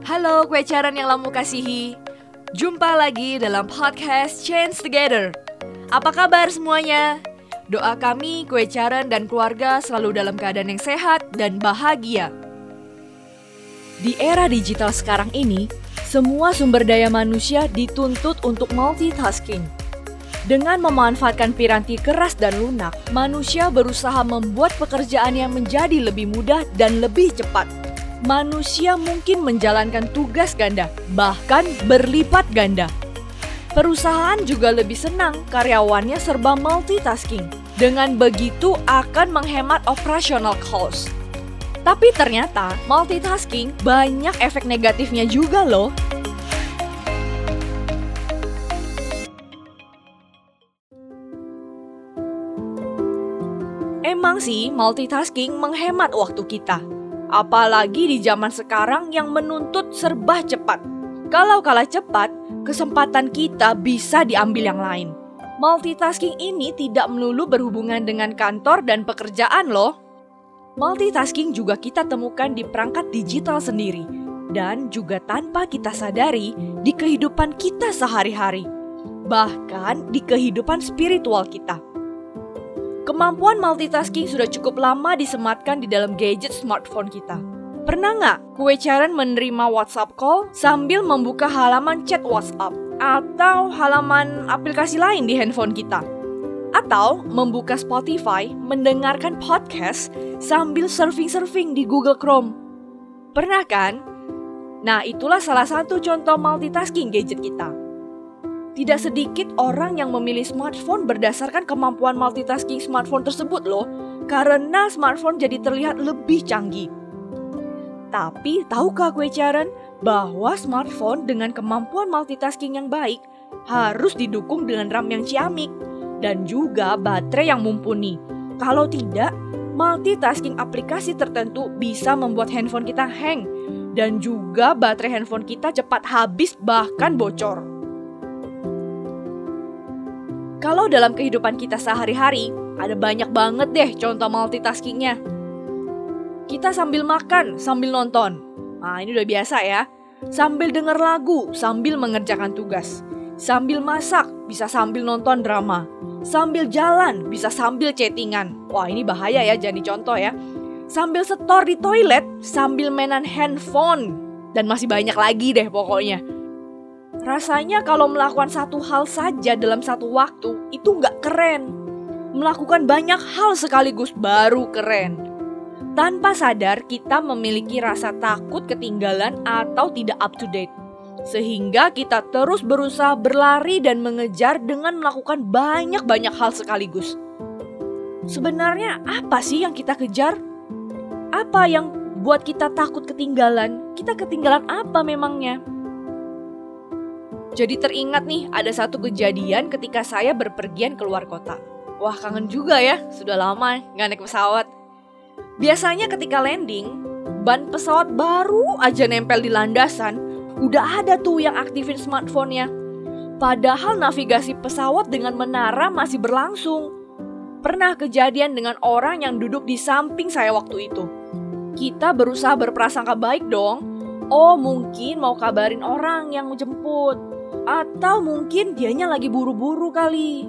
Halo kue caran yang lamu kasihi. Jumpa lagi dalam podcast Change Together. Apa kabar semuanya? Doa kami kue caran dan keluarga selalu dalam keadaan yang sehat dan bahagia. Di era digital sekarang ini, semua sumber daya manusia dituntut untuk multitasking. Dengan memanfaatkan piranti keras dan lunak, manusia berusaha membuat pekerjaan yang menjadi lebih mudah dan lebih cepat. Manusia mungkin menjalankan tugas ganda, bahkan berlipat ganda. Perusahaan juga lebih senang karyawannya serba multitasking. Dengan begitu akan menghemat operational cost. Tapi ternyata multitasking banyak efek negatifnya juga loh. Emang sih multitasking menghemat waktu kita. Apalagi di zaman sekarang yang menuntut serba cepat. Kalau kalah cepat, kesempatan kita bisa diambil yang lain. Multitasking ini tidak melulu berhubungan dengan kantor dan pekerjaan loh. Multitasking juga kita temukan di perangkat digital sendiri. Dan juga tanpa kita sadari di kehidupan kita sehari-hari. Bahkan di kehidupan spiritual kita. Kemampuan multitasking sudah cukup lama disematkan di dalam gadget smartphone kita. Pernah nggak kue caran menerima WhatsApp call sambil membuka halaman chat WhatsApp? Atau halaman aplikasi lain di handphone kita? Atau membuka Spotify, mendengarkan podcast sambil surfing-surfing di Google Chrome? Pernah kan? Nah, itulah salah satu contoh multitasking gadget kita. Tidak sedikit orang yang memilih smartphone berdasarkan kemampuan multitasking smartphone tersebut loh, karena smartphone jadi terlihat lebih canggih. Tapi tahukah kue caran bahwa smartphone dengan kemampuan multitasking yang baik harus didukung dengan RAM yang ciamik dan juga baterai yang mumpuni. Kalau tidak, multitasking aplikasi tertentu bisa membuat handphone kita hang dan juga baterai handphone kita cepat habis bahkan bocor. Kalau dalam kehidupan kita sehari-hari, ada banyak banget deh contoh multitaskingnya. Kita sambil makan, sambil nonton. Nah, ini udah biasa ya. Sambil denger lagu, sambil mengerjakan tugas. Sambil masak, bisa sambil nonton drama. Sambil jalan, bisa sambil chattingan. Wah, ini bahaya ya, jadi contoh ya. Sambil setor di toilet, sambil mainan handphone. Dan masih banyak lagi deh pokoknya. Rasanya kalau melakukan satu hal saja dalam satu waktu, itu nggak keren. Melakukan banyak hal sekaligus baru keren. Tanpa sadar kita memiliki rasa takut ketinggalan atau tidak up to date. Sehingga kita terus berusaha berlari dan mengejar dengan melakukan banyak-banyak hal sekaligus. Sebenarnya apa sih yang kita kejar? Apa yang buat kita takut ketinggalan? Kita ketinggalan apa memangnya? Jadi teringat nih, ada satu kejadian ketika saya berpergian keluar kota. Wah, kangen juga ya, sudah lama nggak naik pesawat. Biasanya ketika landing, ban pesawat baru aja nempel di landasan, udah ada tuh yang aktifin smartphone-nya. Padahal navigasi pesawat dengan menara masih berlangsung. Pernah kejadian dengan orang yang duduk di samping saya waktu itu. Kita berusaha berprasangka baik dong. Oh, mungkin mau kabarin orang yang jemput. Atau mungkin dianya lagi buru-buru kali.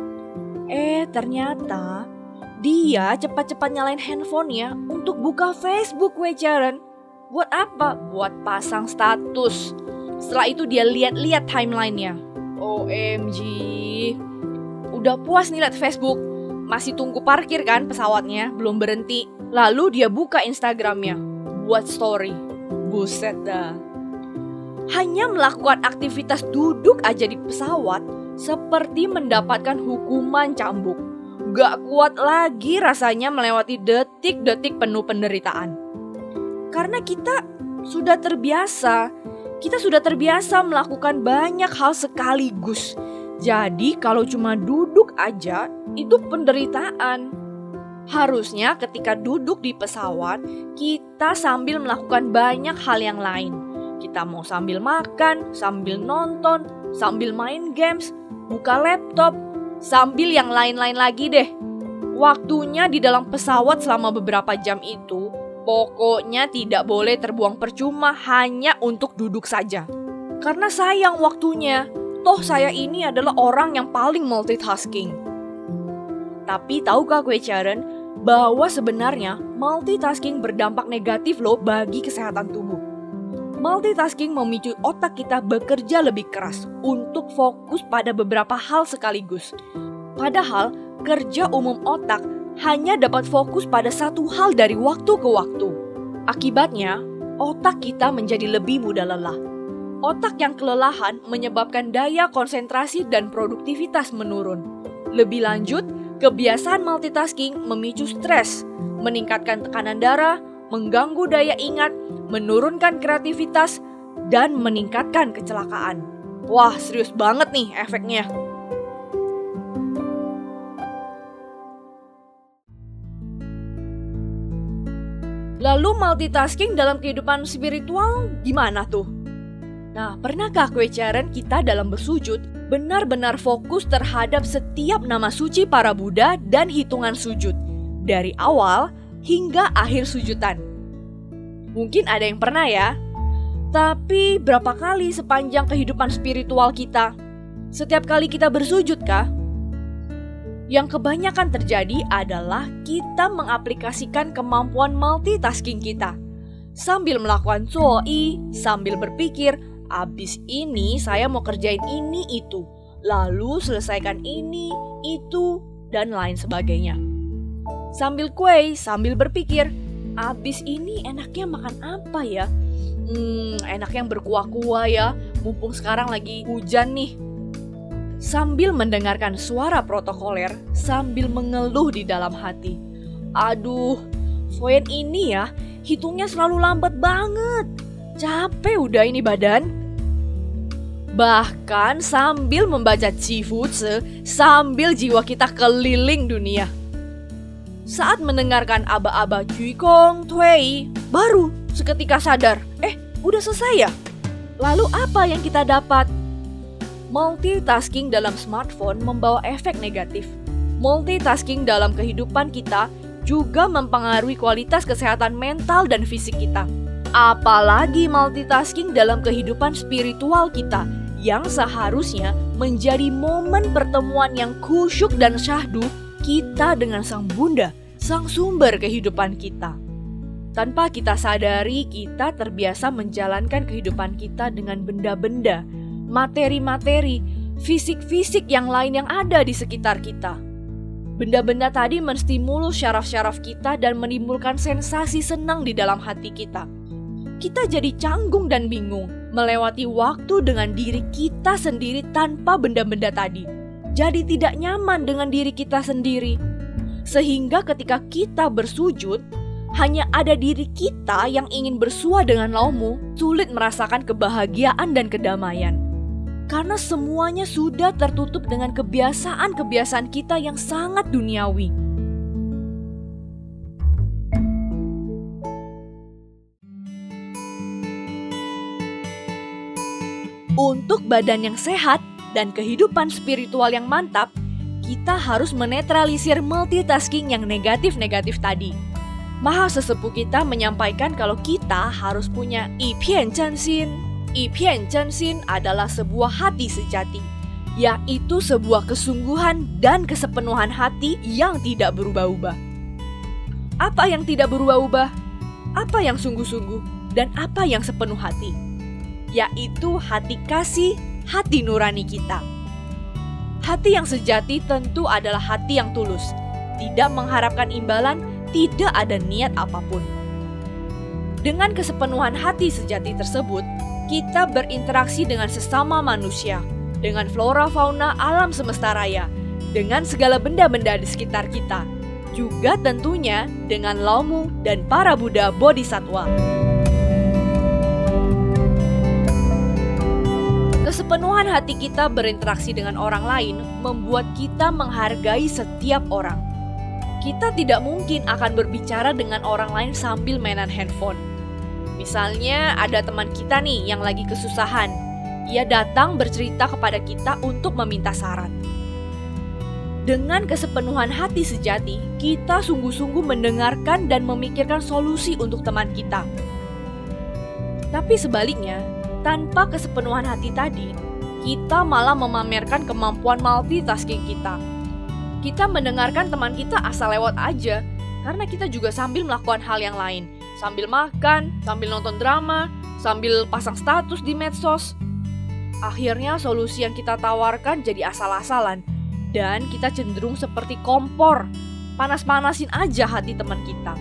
Ternyata dia cepat-cepat nyalain handphonenya untuk buka Facebook kue caran. Buat apa? Buat pasang status. Setelah itu dia lihat-lihat timelinenya. OMG. Udah puas nih lihat Facebook. Masih tunggu parkir kan pesawatnya, belum berhenti. Lalu dia buka Instagramnya. Buat story. Buset dah. Hanya melakukan aktivitas duduk aja di pesawat seperti mendapatkan hukuman cambuk. Gak kuat lagi rasanya melewati detik-detik penuh penderitaan. Karena kita sudah terbiasa. Kita sudah terbiasa melakukan banyak hal sekaligus. Jadi kalau cuma duduk aja itu penderitaan. Harusnya ketika duduk di pesawat kita sambil melakukan banyak hal yang lain. Kita mau sambil makan, sambil nonton, sambil main games, buka laptop, sambil yang lain-lain lagi deh. Waktunya di dalam pesawat selama beberapa jam itu Pokoknya tidak boleh terbuang percuma hanya untuk duduk saja. Karena sayang waktunya. Toh saya ini adalah orang yang paling multitasking. Tapi tahukah kue Sharon bahwa sebenarnya multitasking berdampak negatif loh bagi kesehatan tubuh. Multitasking memicu otak kita bekerja lebih keras untuk fokus pada beberapa hal sekaligus. Padahal kerja umum otak hanya dapat fokus pada satu hal dari waktu ke waktu. Akibatnya, otak kita menjadi lebih mudah lelah. Otak yang kelelahan menyebabkan daya konsentrasi dan produktivitas menurun. Lebih lanjut, kebiasaan multitasking memicu stres, meningkatkan tekanan darah, mengganggu daya ingat, menurunkan kreativitas, dan meningkatkan kecelakaan. Wah, serius banget nih efeknya. Lalu multitasking dalam kehidupan spiritual gimana tuh? Nah, pernahkah kue Sharon kita dalam bersujud benar-benar fokus terhadap setiap nama suci para Buddha dan hitungan sujud, dari awal hingga akhir sujudan? Mungkin ada yang pernah ya, tapi berapa kali sepanjang kehidupan spiritual kita? Setiap kali kita bersujud kah? Yang kebanyakan terjadi adalah kita mengaplikasikan kemampuan multitasking kita. Sambil melakukan zuo-i, sambil berpikir, abis ini saya mau kerjain ini itu, lalu selesaikan ini, itu, dan lain sebagainya. Sambil kue, sambil berpikir, abis ini enaknya makan apa ya? Enak yang berkuah-kuah ya, mumpung sekarang lagi hujan nih. Sambil mendengarkan suara protokoler, sambil mengeluh di dalam hati. Aduh, Foyen ini ya, hitungnya selalu lambat banget. Capek udah ini badan. Bahkan sambil membaca Qifuzhi, sambil jiwa kita keliling dunia. Saat mendengarkan aba-aba Qigong, Tui, baru seketika sadar, udah selesai ya? Lalu apa yang kita dapat? Multitasking dalam smartphone membawa efek negatif. Multitasking dalam kehidupan kita juga mempengaruhi kualitas kesehatan mental dan fisik kita. Apalagi multitasking dalam kehidupan spiritual kita yang seharusnya menjadi momen pertemuan yang khusyuk dan syahdu kita dengan Sang Bunda, sang sumber kehidupan kita. Tanpa kita sadari, kita terbiasa menjalankan kehidupan kita dengan benda-benda, materi-materi, fisik-fisik yang lain yang ada di sekitar kita. Benda-benda tadi menstimulus syaraf-syaraf kita dan menimbulkan sensasi senang di dalam hati kita. Kita jadi canggung dan bingung, melewati waktu dengan diri kita sendiri tanpa benda-benda tadi. Jadi tidak nyaman dengan diri kita sendiri. Sehingga ketika kita bersujud, hanya ada diri kita yang ingin bersua dengan laumu, sulit merasakan kebahagiaan dan kedamaian. Karena semuanya sudah tertutup dengan kebiasaan-kebiasaan kita yang sangat duniawi. Untuk badan yang sehat dan kehidupan spiritual yang mantap, kita harus menetralisir multitasking yang negatif-negatif tadi. Maha sesepuh kita menyampaikan kalau kita harus punya Yipian Zhenxin. Yipian Zhenxin adalah sebuah hati sejati, yaitu sebuah kesungguhan dan kesepenuhan hati yang tidak berubah-ubah. Apa yang tidak berubah-ubah? Apa yang sungguh-sungguh? Dan apa yang sepenuh hati? Yaitu hati kasih, hati nurani kita. Hati yang sejati tentu adalah hati yang tulus, tidak mengharapkan imbalan, tidak ada niat apapun. Dengan kesepenuhan hati sejati tersebut, kita berinteraksi dengan sesama manusia, dengan flora fauna alam semesta raya, dengan segala benda-benda di sekitar kita, juga tentunya dengan laumu dan para Buddha Bodhisattva. Kesepenuhan hati kita berinteraksi dengan orang lain membuat kita menghargai setiap orang. Kita tidak mungkin akan berbicara dengan orang lain sambil mainan handphone. Misalnya ada teman kita nih yang lagi kesusahan. Ia datang bercerita kepada kita untuk meminta saran. Dengan kesepenuhan hati sejati, kita sungguh-sungguh mendengarkan dan memikirkan solusi untuk teman kita. Tapi sebaliknya, tanpa kesepenuhan hati tadi, kita malah memamerkan kemampuan multitasking kita. Kita mendengarkan teman kita asal lewat aja, karena kita juga sambil melakukan hal yang lain. Sambil makan, sambil nonton drama, sambil pasang status di medsos. Akhirnya solusi yang kita tawarkan jadi asal-asalan. Dan kita cenderung seperti kompor, panas-panasin aja hati teman kita.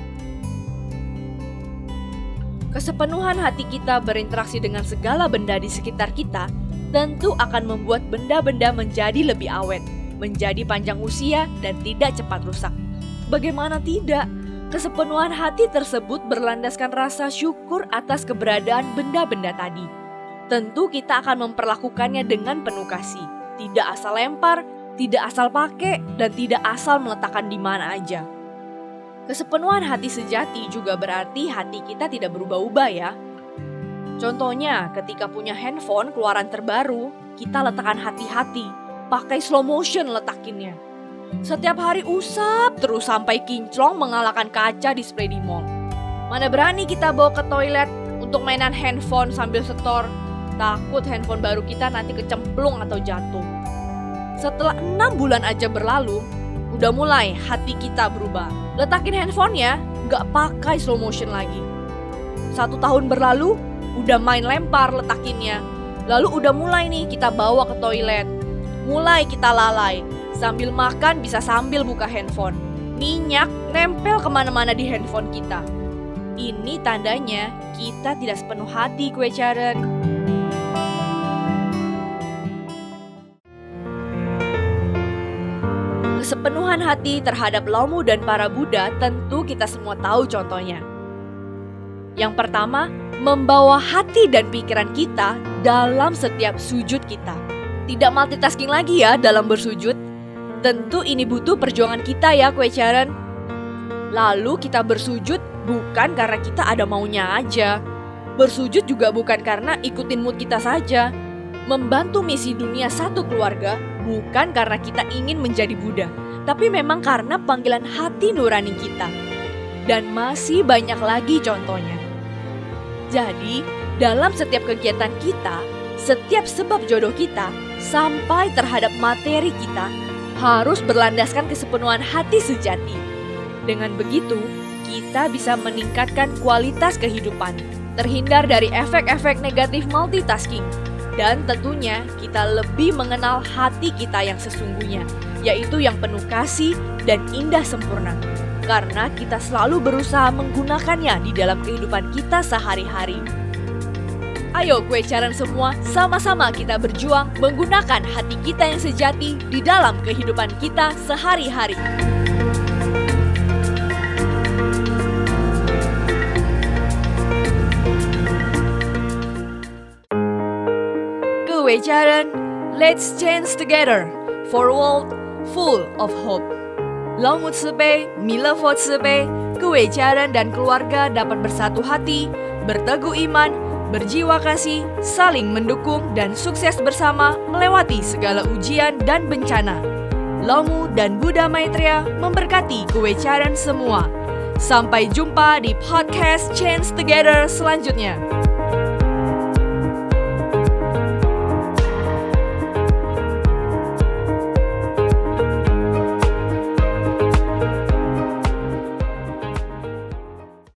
Kesepenuhan hati kita berinteraksi dengan segala benda di sekitar kita tentu akan membuat benda-benda menjadi lebih awet, menjadi panjang usia dan tidak cepat rusak. Bagaimana tidak? Kesepenuhan hati tersebut berlandaskan rasa syukur atas keberadaan benda-benda tadi. Tentu kita akan memperlakukannya dengan penuh kasih, tidak asal lempar, tidak asal pakai, dan tidak asal meletakkan di mana aja. Kesepenuhan hati sejati juga berarti hati kita tidak berubah-ubah ya. Contohnya, ketika punya handphone keluaran terbaru, kita letakkan hati-hati, pakai slow motion letakinnya. Setiap hari usap terus sampai kinclong mengalahkan kaca display di mall. Mana berani kita bawa ke toilet untuk mainan handphone sambil setor, takut handphone baru kita nanti kecemplung atau jatuh. Setelah 6 bulan aja berlalu, udah mulai hati kita berubah. Letakin handphonenya, gak pakai slow motion lagi. 1 tahun berlalu, udah main lempar letakinnya. Lalu udah mulai nih kita bawa ke toilet. Mulai kita lalai, sambil makan bisa sambil buka handphone. Minyak nempel kemana-mana di handphone kita. Ini tandanya kita tidak sepenuh hati kue Caren. Kesepenuhan hati terhadap Laomu dan para Buddha tentu kita semua tahu contohnya. Yang pertama, membawa hati dan pikiran kita dalam setiap sujud kita. Tidak multitasking lagi ya dalam bersujud. Tentu ini butuh perjuangan kita ya kue Caren. Lalu kita bersujud bukan karena kita ada maunya aja. Bersujud juga bukan karena ikutin mood kita saja. Membantu misi dunia satu keluarga bukan karena kita ingin menjadi Buddha, tapi memang karena panggilan hati nurani kita. Dan masih banyak lagi contohnya. Jadi, dalam setiap kegiatan kita, setiap sebab jodoh kita, sampai terhadap materi kita, harus berlandaskan kesepenuhan hati sejati. Dengan begitu, kita bisa meningkatkan kualitas kehidupan, terhindar dari efek-efek negatif multitasking, dan tentunya kita lebih mengenal hati kita yang sesungguhnya, yaitu yang penuh kasih dan indah sempurna. Karena kita selalu berusaha menggunakannya di dalam kehidupan kita sehari-hari. Ayo kue Caren semua, sama-sama kita berjuang menggunakan hati kita yang sejati di dalam kehidupan kita sehari-hari. Kue Caren, let's change together for a world full of hope. Laomu Cibei, Mila Fo Cibei, Kue Caren dan keluarga dapat bersatu hati, berteguh iman, berjiwa kasih, saling mendukung dan sukses bersama melewati segala ujian dan bencana. Laomu dan Buddha Maitreya memberkati Kue Caren semua. Sampai jumpa di podcast Change Together selanjutnya.